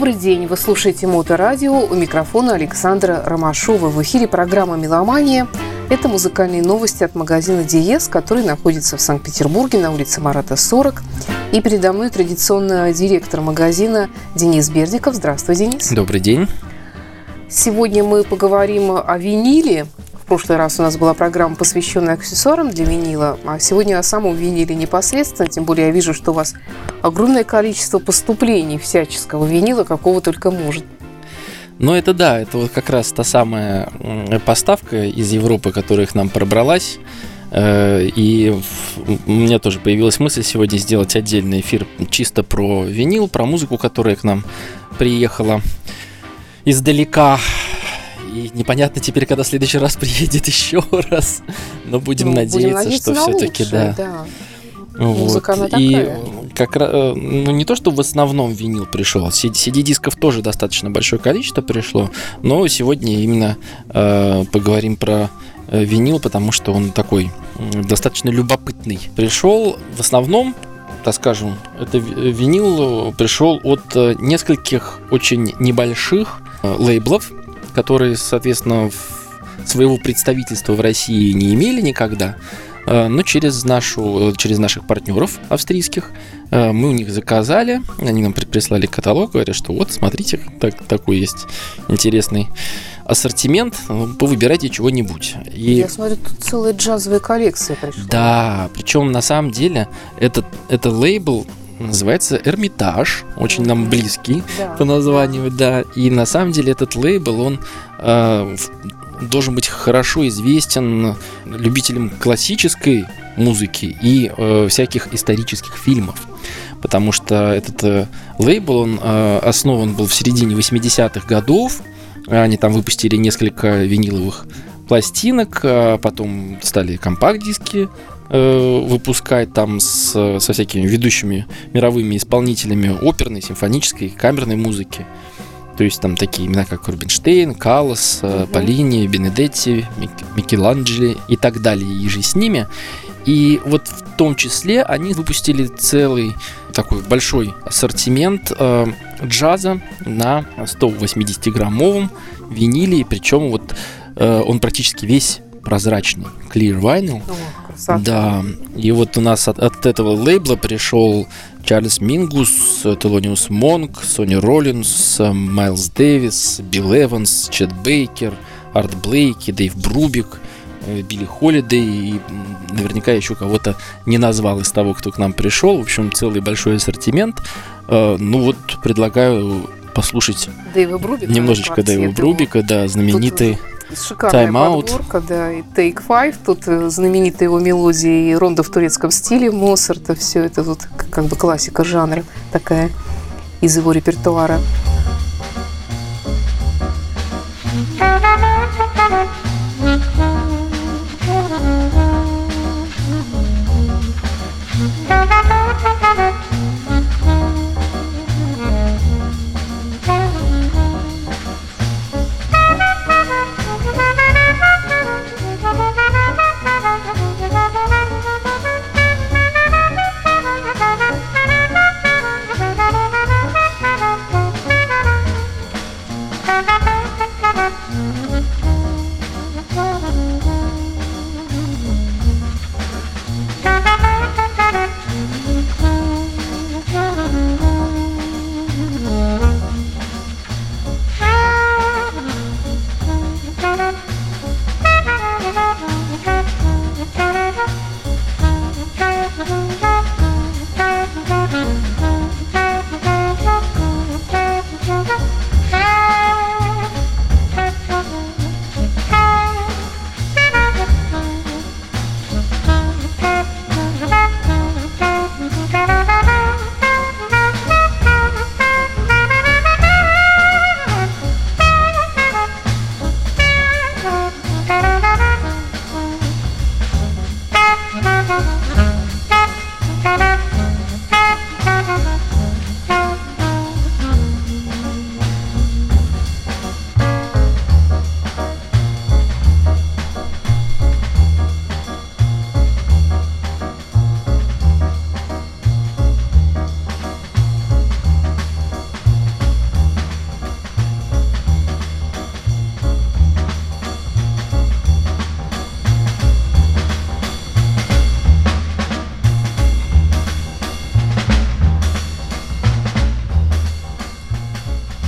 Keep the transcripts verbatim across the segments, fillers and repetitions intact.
Добрый день, вы слушаете Моторадио, у микрофона Александра Ромашова. В эфире программа «Меломания». Это музыкальные новости от магазина «Диез», который находится в Санкт-Петербурге на улице Марата, сорок. И передо мной традиционно директор магазина Денис Бердиков. Здравствуй, Денис. Добрый день. Сегодня мы поговорим о виниле. В прошлый раз у нас была программа, посвященная аксессуарам для винила, а сегодня о самом виниле непосредственно. Тем более я вижу, что у вас огромное количество поступлений всяческого винила, какого только может. Ну, это да, это вот как раз та самая поставка из Европы, которая к нам пробралась. И у меня тоже появилась мысль сегодня сделать отдельный эфир чисто про винил, про музыку, которая к нам приехала издалека. И непонятно теперь, когда в следующий раз приедет еще раз. Но будем ну, надеяться, будем что все-таки да. да. Вот. Музыка она и такая. Как, ну, не то, что в основном винил пришел, си ди-дисков тоже достаточно большое количество пришло, но сегодня именно э, поговорим про э, винил, потому что он такой э, достаточно любопытный. Пришел в основном, так скажем, это винил пришел от э, нескольких очень небольших э, лейблов, которые, соответственно, своего представительства в России не имели никогда. Но через, нашу, через наших партнеров австрийских мы у них заказали, они нам прислали каталог, говорят, что вот, смотрите, так, такой есть интересный ассортимент, повыбирайте чего-нибудь. И... Я смотрю, тут целая джазовая коллекция пришла. Да, причем на самом деле этот, это лейбл называется Эрмитаж, очень mm-hmm. нам близкий да. по названию, да, и на самом деле этот лейбл, он... Э, должен быть хорошо известен любителям классической музыки и э, всяких исторических фильмов, потому что этот э, лейбл, он э, основан был в середине восьмидесятых годов, они там выпустили несколько виниловых пластинок, а потом стали компакт-диски э, выпускать там с, со всякими ведущими мировыми исполнителями оперной, симфонической, камерной музыки. То есть там такие имена, как Рубинштейн, Каллас, uh-huh. Полини, Бенедетти, Мик- Микеланджело и так далее, и же с ними. И вот в том числе они выпустили целый такой большой ассортимент э, джаза на сто восьмидесятиграммовом виниле, причем вот э, он практически весь прозрачный, clear vinyl. Oh, да, и вот у нас от, от этого лейбла пришел Чарльз Мингус, Телониус Монк, Сони Роллинс, Майлз Дэвис, Билл Эванс, Чет Бейкер, Арт Блейки, Дэйв Брубик, Билли Холидей и наверняка еще кого-то не назвал из того, кто к нам пришел. В общем, целый большой ассортимент. Ну вот, предлагаю послушать Дэйва Брубика, немножечко Дэйва Брубика, да, знаменитый шикарная подборка, да, и Take Five, тут знаменитая его мелодия и ронда в турецком стиле Моцарта, все это вот как бы классика жанра такая из его репертуара.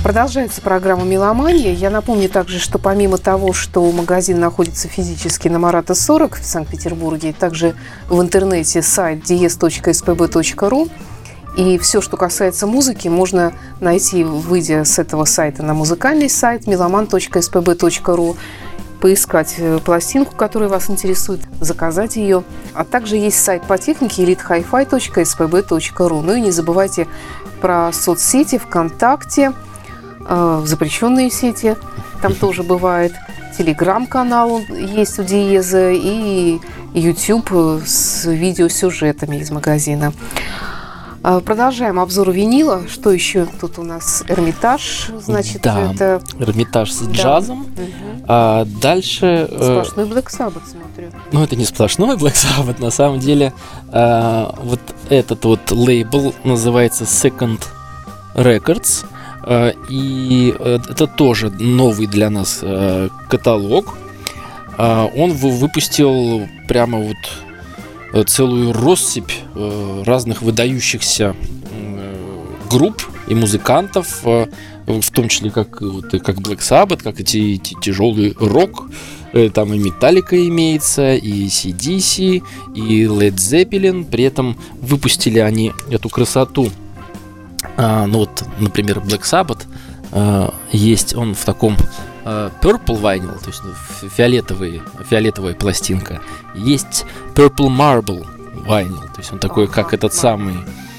Продолжается программа «Меломания». Я напомню также, что помимо того, что магазин находится физически на Марата сорок в Санкт-Петербурге, также в интернете сайт ди эс точка эс пэ бэ точка ру. И все, что касается музыки, можно найти, выйдя с этого сайта на музыкальный сайт меломан точка эс пэ бэ точка ру, поискать пластинку, которая вас интересует, заказать ее. А также есть сайт по технике элит хай фай точка эс пэ бэ точка ру. Ну и не забывайте про соцсети, ВКонтакте, э, запрещенные сети, там тоже бывает. Телеграм-канал есть у Диеза и YouTube с видеосюжетами из магазина. Продолжаем обзор винила. Что еще тут у нас? Эрмитаж, значит, да, это... Эрмитаж с да. джазом. Угу. А дальше... Сплошной Black Sabbath, смотрю. Ну, это не сплошной Black Sabbath. На самом деле, а, вот этот вот лейбл называется Second Records. А, и это тоже новый для нас а, каталог. А, он выпустил прямо вот целую россыпь э, разных выдающихся э, групп и музыкантов, э, в том числе как, вот, как Black Sabbath, как эти, эти тяжелый рок. Э, там и Metallica имеется, и си ди си, и Led Zeppelin. При этом выпустили они эту красоту. А, ну вот, например, Black Sabbath э, есть он в таком Purple Vinyl, то есть фиолетовый, фиолетовая пластинка. Есть Purple Marble Vinyl, то есть он такой, как этот самый...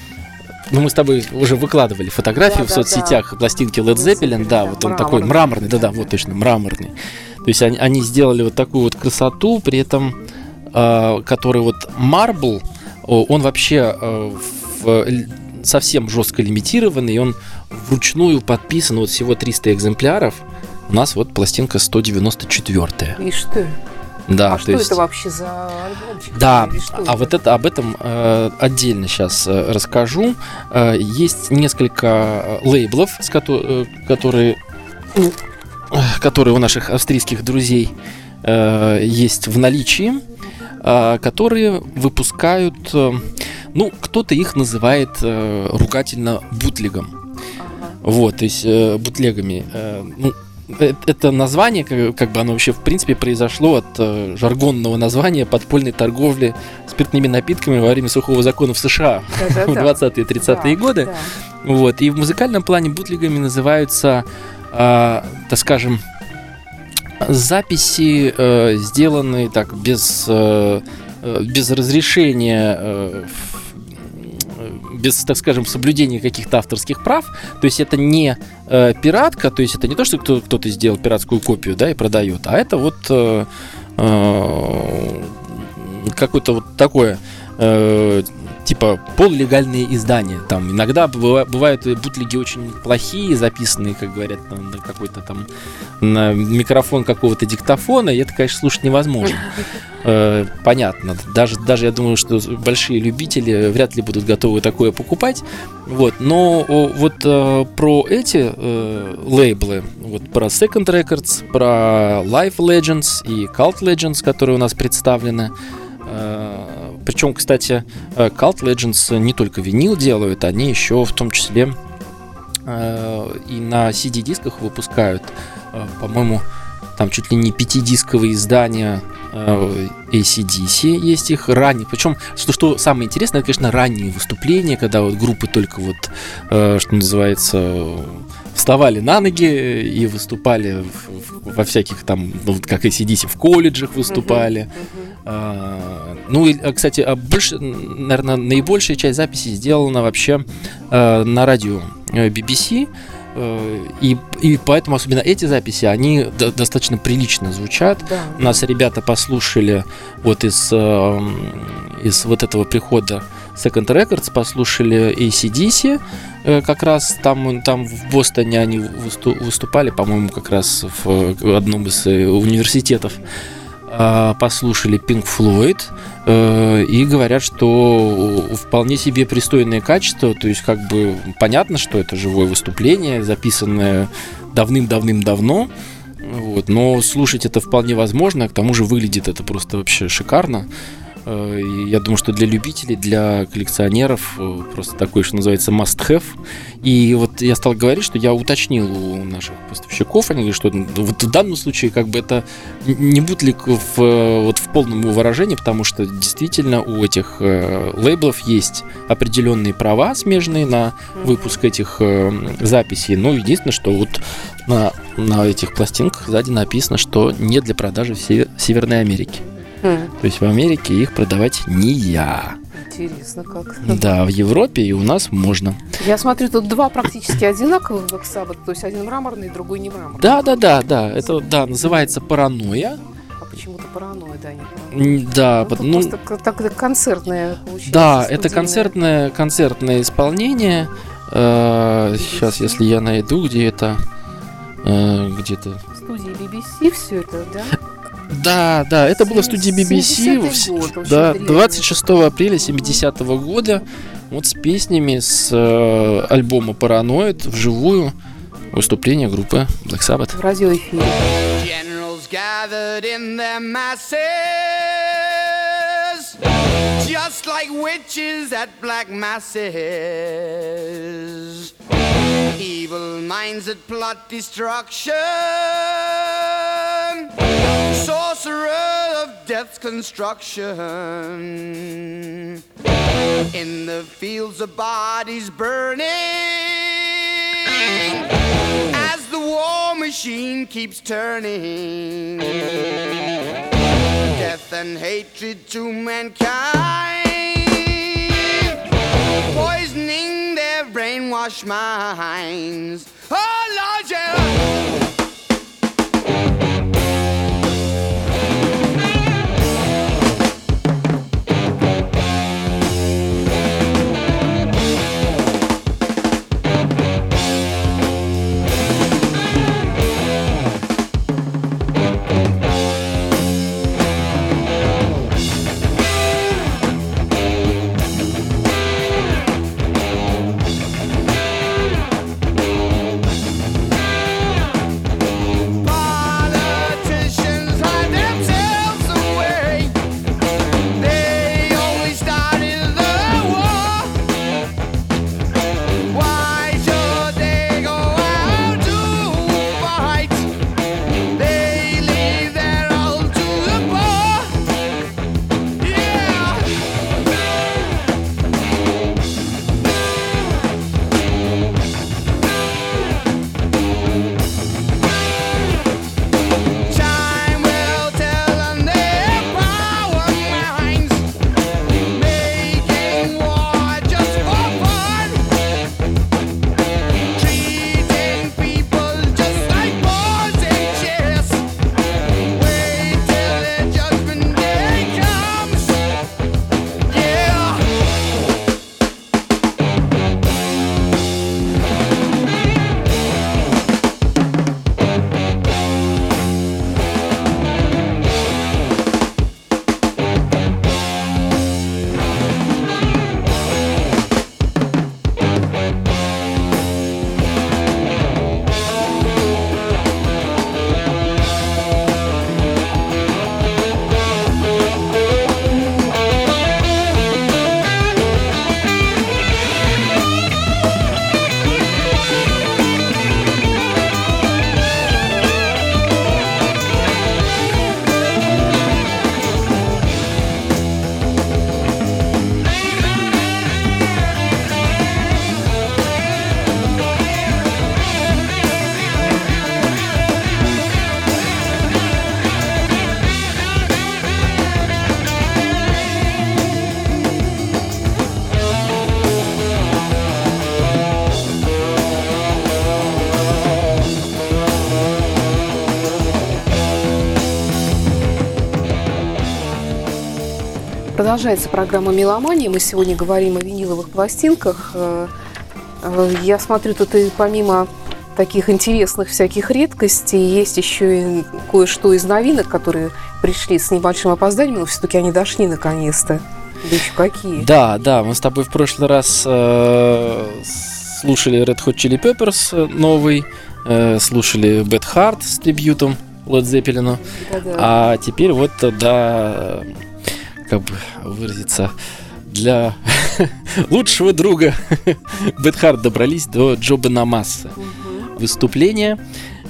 Ну, мы с тобой уже выкладывали фотографии да, в да, соцсетях да. пластинки Led Zeppelin, да, вот он мраморный. Такой мраморный, да-да, вот точно, мраморный. То есть они, они сделали вот такую вот красоту, при этом, э, который вот Marble, он вообще э, в, совсем жестко лимитированный, и он вручную подписан, вот всего триста экземпляров. У нас вот пластинка сто девяносто четвёртая. Ишь ты. Да, а что есть... это вообще за альбомчик? Да, а вот это, об этом э, отдельно сейчас э, расскажу. Э, есть несколько лейблов, с ко- э, которые, э, которые у наших австрийских друзей э, есть в наличии, э, которые выпускают, э, ну, кто-то их называет э, ругательно бутлегом. Ага. Вот, то есть э, бутлегами. Э, ну, это название, как, как бы оно вообще в принципе произошло от э, жаргонного названия подпольной торговли спиртными напитками во время сухого закона в США в двадцатые-тридцатые годы. Да. Вот. И в музыкальном плане бутлегами называются, э, так скажем, записи, э, сделанные так без, э, без разрешения, э, без, так скажем, соблюдения каких-то авторских прав. То есть это не э, пиратка, то есть это не то, что кто- кто-то сделал пиратскую копию, да, и продает, а это вот э, э, какое-то вот такое э, типа полулегальные издания. Там иногда быва- бывают бутлеги очень плохие, записанные, как говорят, на, на какой-то там на микрофон какого-то диктофона, и это, конечно, слушать невозможно. Э, понятно. Даже, даже я думаю, что большие любители вряд ли будут готовы такое покупать. Вот. Но о, вот э, про эти э, лейблы, вот про Second Records, про Live Legends и Cult Legends, которые у нас представлены. Э, причем, кстати, Cult Legends не только винил делают, они еще в том числе э, и на си ди-дисках выпускают, э, по-моему, там чуть ли не пятидисковые издания э, эй си ди си есть их ранние. Причем, что, что самое интересное, это, конечно, ранние выступления, когда вот группы только вот, э, что называется, вставали на ноги и выступали в, в, во всяких там, ну, как эй си ди си в колледжах выступали. Uh-huh, uh-huh. А, ну и, кстати, а больше, наверное, наибольшая часть записей сделана вообще э, на радио би би си. И, и поэтому особенно эти записи, они до, достаточно прилично звучат. Да. У нас ребята послушали вот из, э, из вот этого прихода Second Records, послушали эй си ди си, э, как раз там, там в Бостоне они высту, выступали, по-моему, как раз в одном из университетов. Э, послушали Pink Floyd э, и говорят, что вполне себе пристойное качество, то есть как бы понятно, что это живое выступление, записанное давным-давным-давно, вот, но слушать это вполне возможно, к тому же выглядит это просто вообще шикарно. Я думаю, что для любителей, для коллекционеров просто такой, что называется, must-have. И вот я стал говорить, что я уточнил у наших поставщиков, они говорят, что вот в данном случае как бы это не бутлик в, вот в полном выражении, потому что действительно у этих лейблов есть определенные права смежные на выпуск этих записей. Но единственное, что вот на, на этих пластинках сзади написано, что не для продажи в Северной Америке. Mm. То есть в Америке их продавать не я. Интересно как. Да, в Европе и у нас можно. Я смотрю, тут два практически одинаковых Black Sabbath, то есть один мраморный, другой не мраморный. Да, да, да, да. Это да, называется паранойя. А почему-то паранойя, да, не паранойя. Да, ну, ну, просто так концертное получилось. Да, это концертное, концертное исполнение. Э, сейчас, если я найду, где это. Э, где-то. В студии би би си все это, да? Да, да, это было в студии би би си, год, да, двадцать шестого апреля семидесятого года, вот с песнями с э, альбома «Параноид» вживую выступление группы Black Sabbath. В радиоэфире. Just like witches at black masses, evil minds that plot destruction, sorcerer of death's construction, in the fields of bodies burning, as the war machine keeps turning, death and hatred to mankind, poisoning their brainwashed minds. Oh Lord, yeah. Продолжается программа «Меломания». Мы сегодня говорим о виниловых пластинках. Я смотрю, тут и помимо таких интересных всяких редкостей есть еще и кое-что из новинок, которые пришли с небольшим опозданием, но все-таки они дошли наконец-то. Да еще какие. Да, да, мы с тобой в прошлый раз э, слушали Red Hot Chili Peppers новый, э, слушали Bad Heart с трибьютом Led Zeppelin, Да-да. а теперь вот, да, как бы выразиться, для лучшего друга Бет Харт добрались до Джо Бонамассы. Выступление,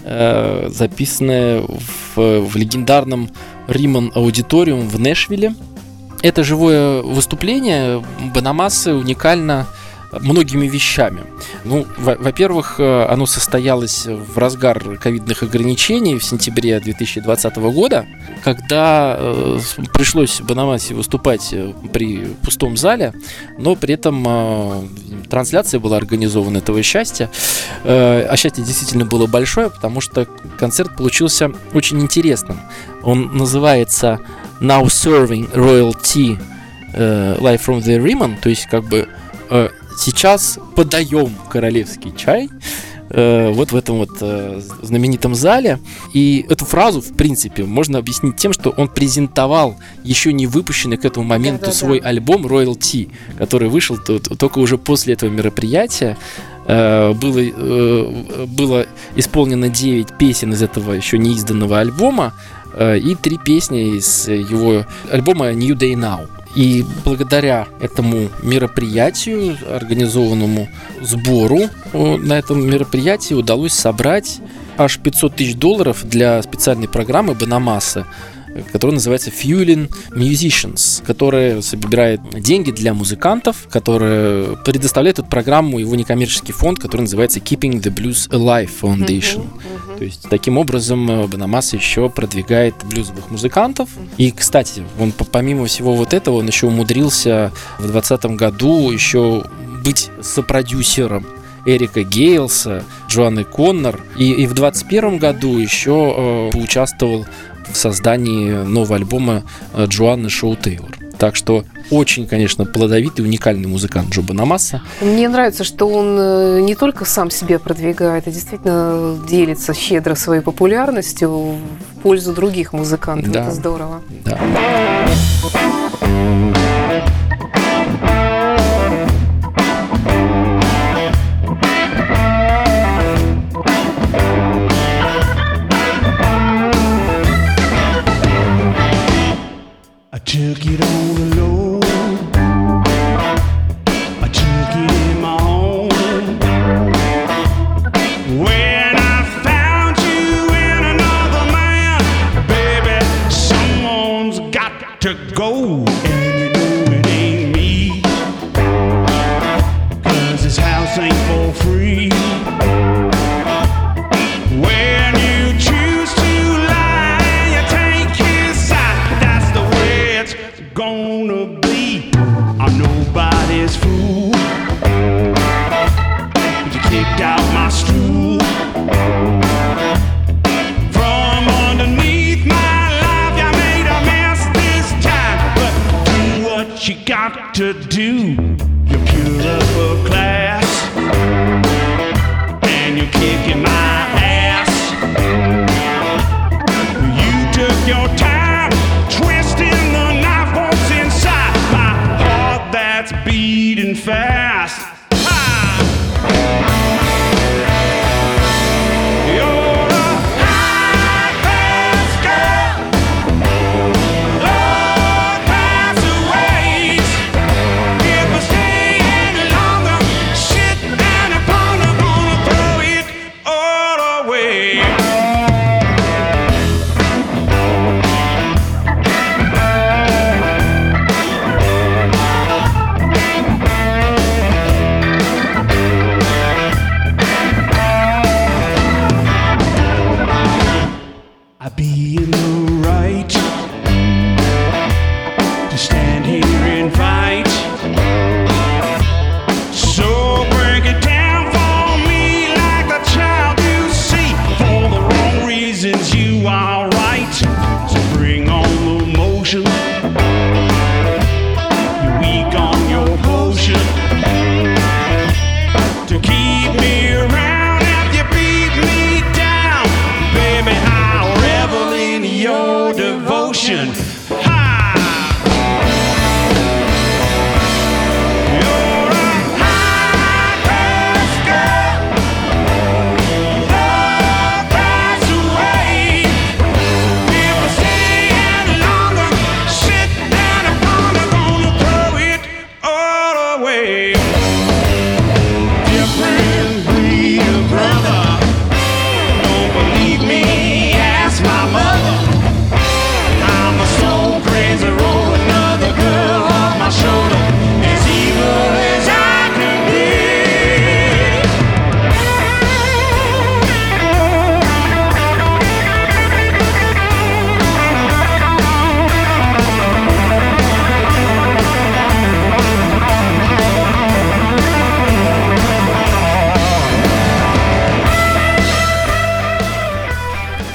э, записанное в, в легендарном Риман Аудиториум в Нэшвилле. Это живое выступление Бонамассы уникально многими вещами. Ну, во- во-первых, оно состоялось в разгар ковидных ограничений в сентябре две тысячи двадцатого года, когда э, пришлось Бонамассе выступать при пустом зале, но при этом э, трансляция была организована этого счастья. Э, а счастье действительно было большое, потому что концерт получился очень интересным. Он называется Now Serving Royal Tea uh, Live from the Riemann, то есть как бы uh, сейчас подаем королевский чай uh, вот в этом вот uh, знаменитом зале. И эту фразу, в принципе, можно объяснить тем, что он презентовал еще не выпущенный к этому моменту Да-да-да. свой альбом Royal Tea, который вышел т- т- только уже после этого мероприятия. Uh, было, uh, было исполнено девять песен из этого еще не изданного альбома, и три песни из его альбома New Day Now. И благодаря этому мероприятию, организованному сбору на этом мероприятии, удалось собрать аж пятьсот тысяч долларов для специальной программы Бонамассы, которая называется Fueling Musicians, которая собирает деньги для музыкантов, которая предоставляет эту программу его некоммерческий фонд, который называется Keeping the Blues Alive Foundation. Uh-huh, uh-huh. То есть таким образом Бонамасса еще продвигает блюзовых музыкантов. Uh-huh. И, кстати, он помимо всего вот этого, он еще умудрился в двадцатом году еще быть сопродюсером Эрика Гейлса, Джоанны Коннор. И, и в двадцать первом году еще э, поучаствовал в создании нового альбома Джоанны Шоу Тейлор. Так что очень, конечно, плодовитый, уникальный музыкант Джо Бонамасса. Мне нравится, что он не только сам себя продвигает, а действительно делится щедро своей популярностью в пользу других музыкантов. Да. Это здорово. Да. I took it on the low, I took it in my home. When I found you in another man, baby, someone's got to go. And you know it ain't me, 'cause this house ain't for free. When you choose to lie, you take his side. That's the way it's gonna be. I'm nobody's fool, but you kicked out my stool. From underneath my life, you made a mess this time. But do what you got to do. You're pure upper class, and you're kicking my ass. You took your time, twisting the knife once inside my heart that's beating fast. Ha! You're a high-class girl, low-class ways. If I stay any longer, shit and a pounder, gonna throw it all away.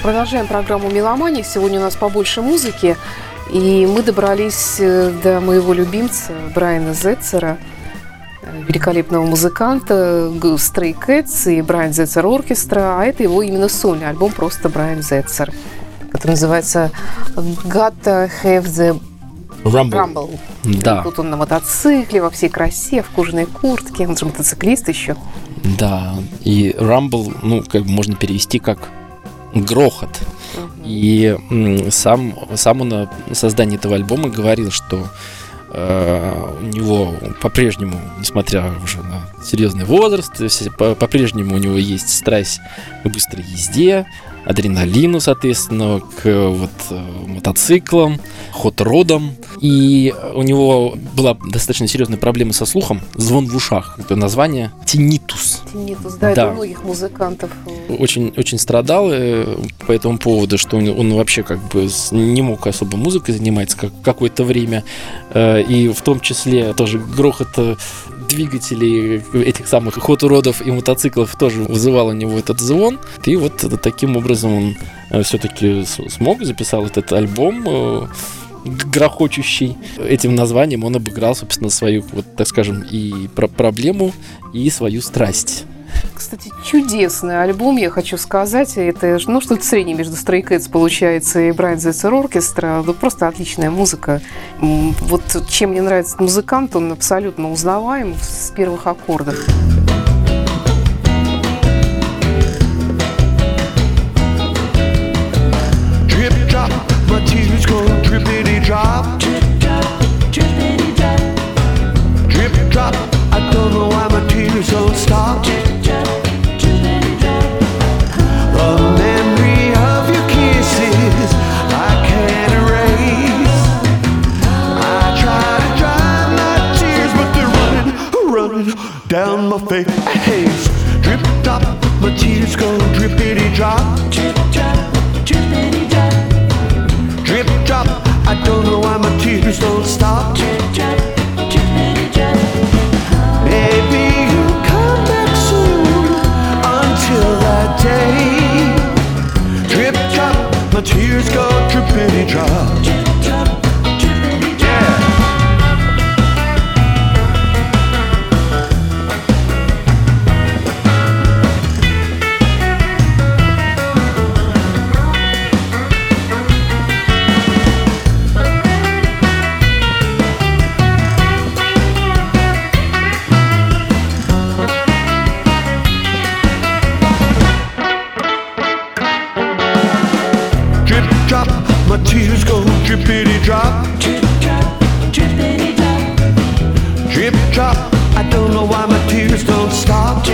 Продолжаем программу «Меломания». Сегодня у нас побольше музыки. И мы добрались до моего любимца Брайана Зетцера, великолепного музыканта Stray Cats и Brian Setzer Orchestra. А это его именно сольный альбом, просто Brian Setzer, который называется Gotta Have the Rumble. Rumble. Да. Тут он на мотоцикле, во всей красе, в кожаной куртке. Он же мотоциклист еще. Да, и Rumble, ну, как бы можно перевести как грохот. Uh-huh. И м, сам, сам он на создании этого альбома говорил, что э, у него по-прежнему, несмотря уже на серьезный возраст, по- по-прежнему у него есть страсть к быстрой езде, адреналину, соответственно, к вот мотоциклам, хот-родам. И у него была достаточно серьезная проблема со слухом, звон в ушах. Это название тиннитус. Тиннитус, да, Да. это у многих музыкантов. Очень, очень страдал э, по этому поводу, что он, он вообще как бы с- не мог особо музыкой заниматься как, какое-то время. Э, и в том числе тоже грохот э, двигателей этих самых хот-родов и мотоциклов тоже вызывал у него этот звон. И вот э, таким образом он э, все-таки с- смог, записал этот альбом э, г- грохочущий. Этим названием он обыграл, собственно, свою, вот, так скажем, и про- проблему, и свою страсть. Кстати, чудесный альбом, я хочу сказать. Это ну, что-то среднее между Stray Cats получается и Brian Setzer Orchestra. Ну, просто отличная музыка. М, Вот чем мне нравится этот музыкант, он абсолютно узнаваем с первых аккордов. Drip drop, my tears go drippity drop. Drip drop, I don't know why my tears don't stop. The memory of your kisses I can't erase. I try to dry my tears, but they're running, running down my face. Drip drop, my tears go drippity drop. Drip drop, I don't know why my tears don't stop. Maybe you'll come back soon. Until that day, drip drop, my tears go drippity drop. Yeah. Drip drop, my tears go drippity drop. Drip drop, I don't know why my tears don't stop.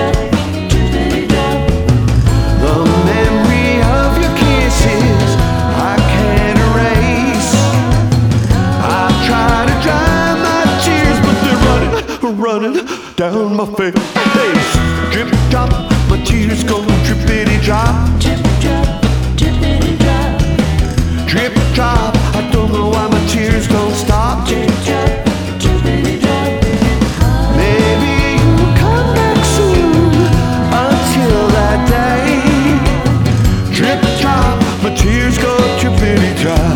The memory of your kisses I can't erase. I try to dry my tears, but they're running, running down my face. Drip drop, my tears go drippity drop. Drip drop, I don't know why my tears don't stop. Maybe you'll come back soon. Until that day, drip drop, my tears go drippity drop.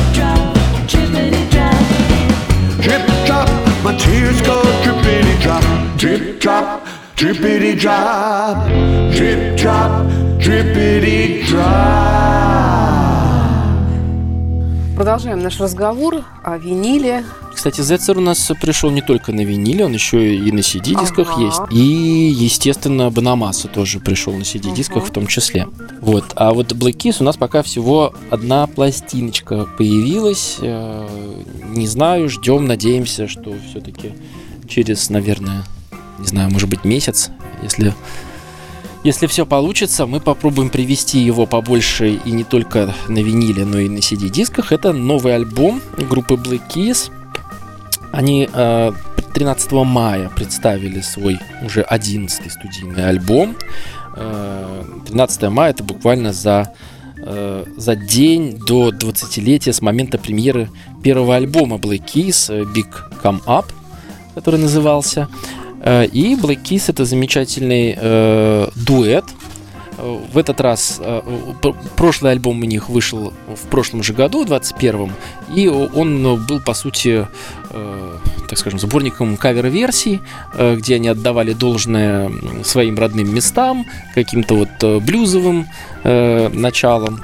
Drip drop, my tears go drippity drop. Drip drop, drippity drop. Drip drop, drippity drop. Продолжаем наш разговор о виниле. Кстати, Зетцер у нас пришел не только на виниле, он еще и на си ди-дисках Ага. есть. И, естественно, Бонамасса тоже пришел на си ди-дисках Ага. в том числе. Вот. А вот Black Keys у нас пока всего одна пластиночка появилась. Э, Не знаю, ждем, надеемся, что все-таки через, наверное, не знаю, может быть, месяц, если... Если все получится, мы попробуем привести его побольше и не только на виниле, но и на си ди-дисках. Это новый альбом группы Black Keys. Они э, тринадцатого мая представили свой уже одиннадцатый студийный альбом. Э, тринадцатого мая это буквально за, э, за день до двадцатилетия с момента премьеры первого альбома Black Keys Big Come Up, который назывался. И Black Keys — это замечательный э, дуэт, В этот раз прошлый альбом у них вышел в прошлом же году, в двадцать первом, и он был, по сути, так скажем, сборником кавер-версий, где они отдавали должное своим родным местам, каким-то вот блюзовым началам,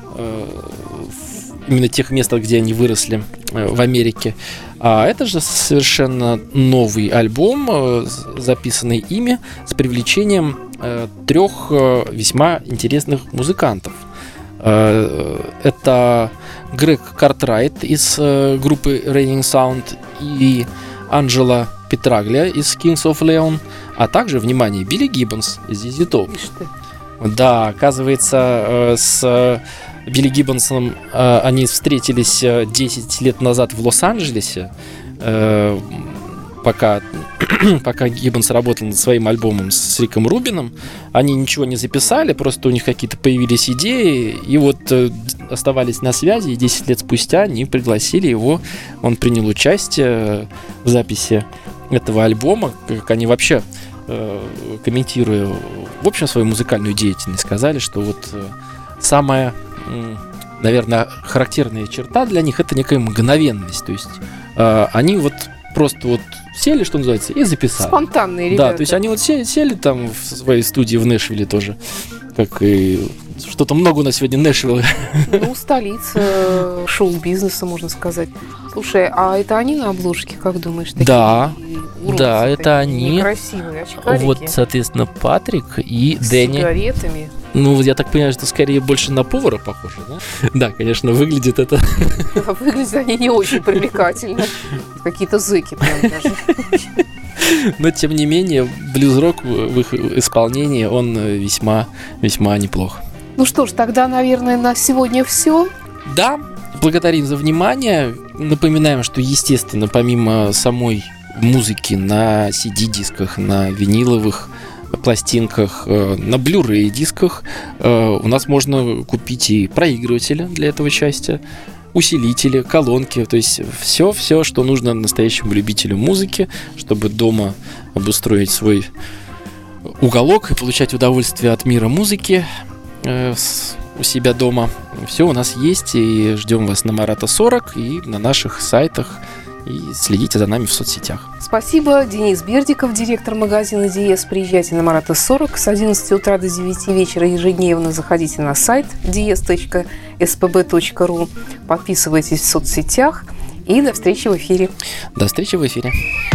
именно тех мест, где они выросли в Америке. А это же совершенно новый альбом, записанный ими с привлечением э, трех э, весьма интересных музыкантов. Э, это Грег Картрайт из э, группы Raining Sound и Анджела Петрагlia из Kings of Leon, а также, внимание, Билли Гиббонс из зет зет Top. Да, оказывается, э, с Билли Гиббонсом э, они встретились десять лет назад в Лос-Анджелесе, э, пока, пока Гиббонс работал над своим альбомом с Риком Рубином. Они ничего не записали, просто у них какие-то появились идеи, и вот э, оставались на связи, и десять лет спустя они пригласили его, он принял участие в записи этого альбома, как они вообще, э, комментируя, в общем, свою музыкальную деятельность, сказали, что вот э, самая, наверное, характерная черта для них — это некая мгновенность. То есть э, они вот просто вот сели, что называется, и записали. Спонтанные ребята. Да, то есть они вот сели, сели там в своей студии в Нэшвилле тоже, как и что-то много у нас сегодня Нэшвилла. Ну, столица шоу-бизнеса, можно сказать. Слушай, а это они на обложке, как думаешь? Такие да, уродцы, да, это такие они. Некрасивые очкарики. Вот, соответственно, Патрик и с Дэнни. сигаретами. Ну, я так понимаю, что скорее больше на повара похоже, да? Да, конечно, выглядит это... Выглядят они не очень привлекательно. Какие-то зэки прям даже. Но, тем не менее, блюз-рок в их исполнении, он весьма, весьма неплох. Ну что ж, тогда, наверное, на сегодня все. Да, благодарим за внимание. Напоминаем, что, естественно, помимо самой музыки на си ди-дисках, на виниловых пластинках, на Blu-ray дисках у нас можно купить и проигрыватели для этого счастья, усилители, колонки, то есть все-все, что нужно настоящему любителю музыки, чтобы дома обустроить свой уголок и получать удовольствие от мира музыки э, с, у себя дома. Все у нас есть, и ждем вас на Марата сорок и на наших сайтах, и следите за нами в соцсетях. Спасибо. Денис Бердиков, директор магазина Диез. Приезжайте на Марата сорок с одиннадцати утра до девяти вечера ежедневно. Заходите на сайт диез точка эс пэ бэ точка ру, подписывайтесь в соцсетях и до встречи в эфире. До встречи в эфире.